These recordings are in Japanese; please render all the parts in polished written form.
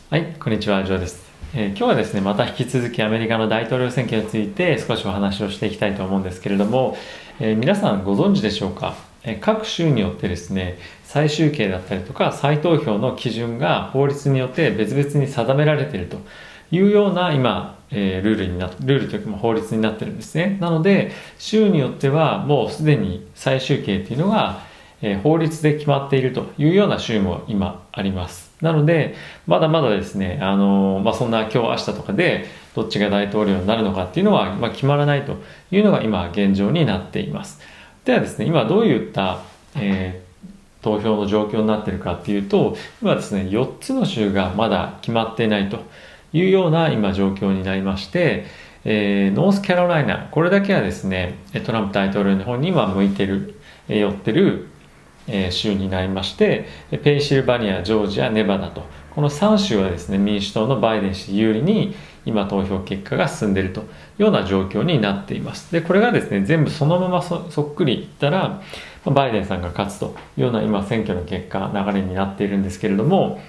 はい、こんにちは、ジョーです。今日はですね、また引き続きアメリカの大統領選挙について少しお話をしていきたいと思うんですけれども、皆さんご存知でしょうか。各州によってですね、再集計だったりとか再投票の基準が法律によって別々に定められているというような今、ルールというか法律になってるんですね。なので、州によってはもうすでに再集計っていうのが法律で決まっているというような州も今あります。なので、まだまだですね、そんな今日明日とかでどっちが大統領になるのかっていうのは、決まらないというのが今現状になっています。ではですね、今どういった、投票の状況になっているかっていうと、今ですね、4つの州がまだ決まっていないというような今状況になりまして、ノースカロライナ、これだけはですね、トランプ大統領の方に今向いてる、寄ってる州になりまして、ペンシルバニア、ジョージア、ネバダとこの3州はですね、民主党のバイデン氏有利に今投票結果が進んでいるというような状況になっています。でこれがですね、全部そのまま そっくりいったらバイデンさんが勝つというような今選挙の結果流れになっているんですけれども、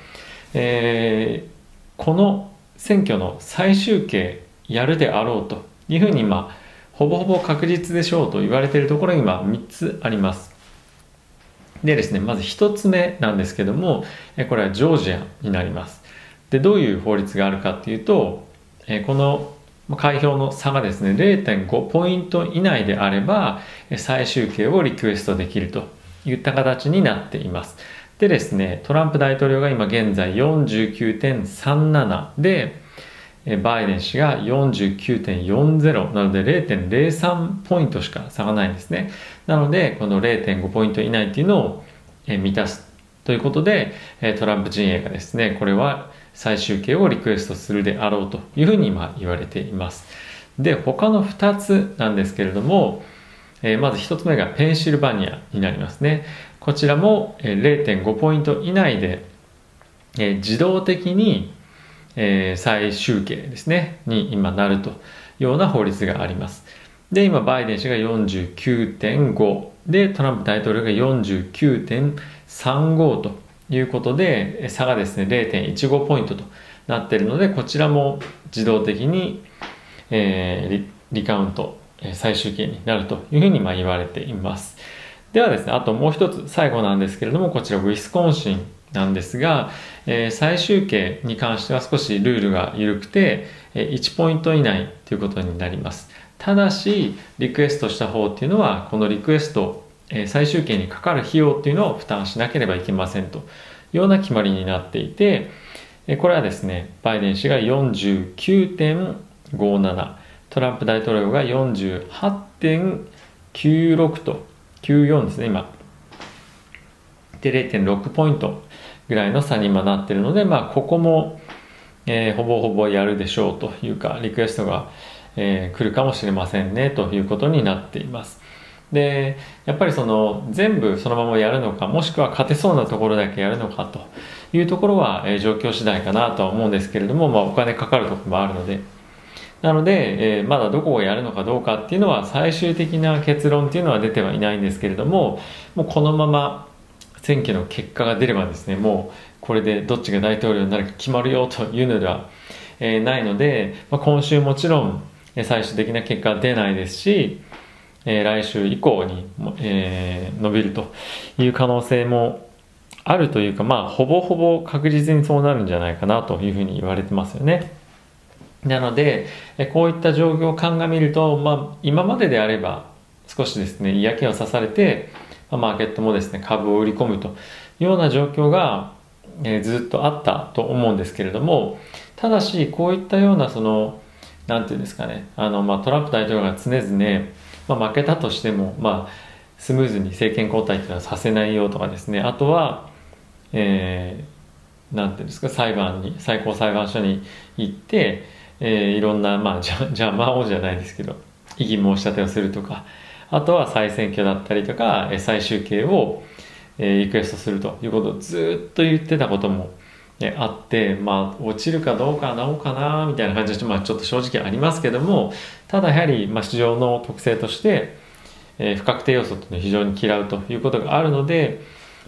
この選挙の再集計やるであろうというふうに今ほぼほぼ確実でしょうと言われているところが今3つあります。でですね、まず1つ目なんですけども、これはジョージアになります。でどういう法律があるかっていうと、この開票の差がですね 0.5 ポイント以内であれば再集計をリクエストできるといった形になっています。でですね、トランプ大統領が今現在 49.37 でバイデン氏が 49.40 なので 0.03 ポイントしか差がないんですね。なのでこの 0.5 ポイント以内っていうのを満たすということで、トランプ陣営がですね、これは再集計をリクエストするであろうというふうに今言われています。で他の2つなんですけれども、まず1つ目がペンシルバニアになりますね。こちらも 0.5 ポイント以内で自動的に再集計ですねに今なるというような法律があります。で今バイデン氏が 49.5 でトランプ大統領が 49.35 ということで差がですね 0.15 ポイントとなっているので、こちらも自動的に、リカウント再集計になるというふうに言われています。ではですね、あともう一つ最後なんですけれども、こちらウィスコンシンなんですが、再集計に関しては少しルールが緩くて1ポイント以内ということになります。ただしリクエストした方っていうのはこのリクエスト再集計にかかる費用っていうのを負担しなければいけませんというような決まりになっていて、これはですねバイデン氏が 49.57 トランプ大統領が 48.96 と94ですね今で 0.6 ポイントぐらいの差に今なっているので、ここも、ほぼほぼやるでしょうというかリクエストが、来るかもしれませんねということになっています。でやっぱり全部そのままやるのか、もしくは勝てそうなところだけやるのかというところは、状況次第かなとは思うんですけれども、お金かかるところもあるので、なので、まだどこをやるのかどうかっていうのは最終的な結論っていうのは出てはいないんですけれども、もうこのまま選挙の結果が出ればですね、もうこれでどっちが大統領になるか決まるよというのでは、ないので、今週もちろん最終的な結果は出ないですし、来週以降に、伸びるという可能性もあるというか、ほぼほぼ確実にそうなるんじゃないかなというふうに言われてますよね。なのでこういった状況を鑑みると、今までであれば少しですね嫌気をさされてマーケットもですね株を売り込むというような状況が、ずっとあったと思うんですけれども、ただしこういったようななんていうんですかね、トランプ大統領が常々、負けたとしても、スムーズに政権交代というのはさせないよとかですね、あとは、なんていうんですか、最高裁判所に行っていろんな、邪魔をじゃないですけど異議申し立てをするとか、あとは再選挙だったりとか再集計をリクエストするということをずっと言ってたこともあって、落ちるかどうかなおうかなみたいな感じで、ちょっと正直ありますけども、ただやはり、市場の特性として、不確定要素というのを非常に嫌うということがあるので、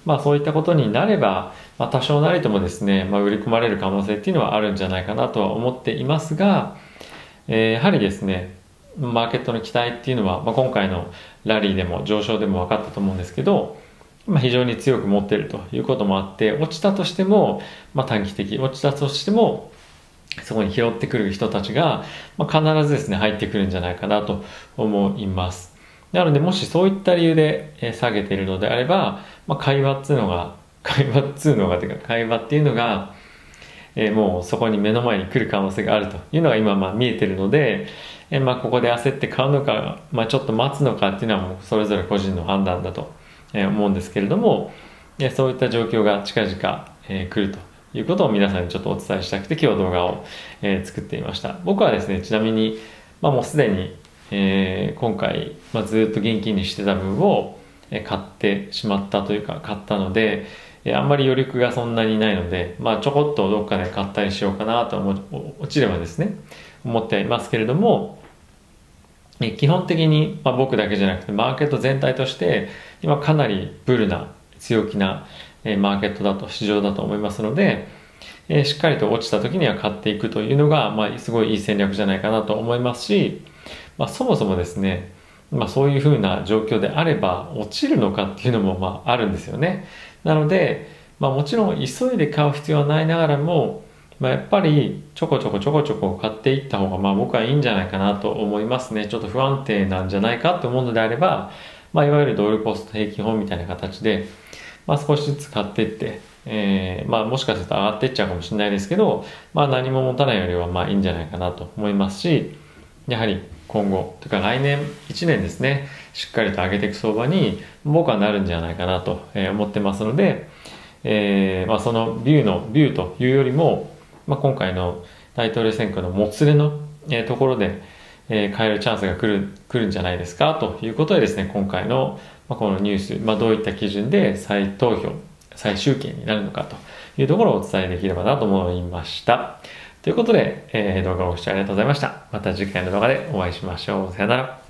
そういったことになれば、多少なりともですね、売り込まれる可能性っていうのはあるんじゃないかなとは思っていますが、やはりですね、マーケットの期待っていうのは、今回のラリーでも上昇でも分かったと思うんですけど、非常に強く持っているということもあって、落ちたとしても、短期的、落ちたとしても、そこに拾ってくる人たちが、必ずですね、入ってくるんじゃないかなと思います。なので、もしそういった理由で下げているのであれば、会話っていうのが、会話っていうのが、もうそこに目の前に来る可能性があるというのが今見えているので、ここで焦って買うのか、ちょっと待つのかっていうのはもうそれぞれ個人の判断だと思うんですけれども、そういった状況が近々来るということを皆さんにちょっとお伝えしたくて今日動画を作ってみました。僕はですね、ちなみにもうすでに今回ずっと現金にしてた分を買ってしまったというか買ったので、あんまり余力がそんなにないので、ちょこっとどっかで買ったりしようかなと落ちればですね、思っていますけれども、基本的に、僕だけじゃなくてマーケット全体として今かなりブルな強気なマーケットだと市場だと思いますので、しっかりと落ちた時には買っていくというのが、すごいいい戦略じゃないかなと思いますし、そもそもですね、そういうふうな状況であれば落ちるのかっていうのもあるんですよね。なので、もちろん急いで買う必要はないながらも、やっぱりちょこちょこ買っていった方が僕はいいんじゃないかなと思いますね。ちょっと不安定なんじゃないかと思うのであれば、いわゆるドルコスト平均法みたいな形で、少しずつ買っていって、もしかすると上がっていっちゃうかもしれないですけど、何も持たないよりはいいんじゃないかなと思いますし、やはり今後というか来年1年ですね、しっかりと上げていく相場に僕はなるんじゃないかなと思ってますので、そのビューというよりも、今回の大統領選挙のもつれのところで変えるチャンスが来るんじゃないですかということでですね、今回のこのニュース、どういった基準で再投票、再集計になるのかというところをお伝えできればなと思いました。ということで、動画をご視聴ありがとうございました。また次回の動画でお会いしましょう。さよなら。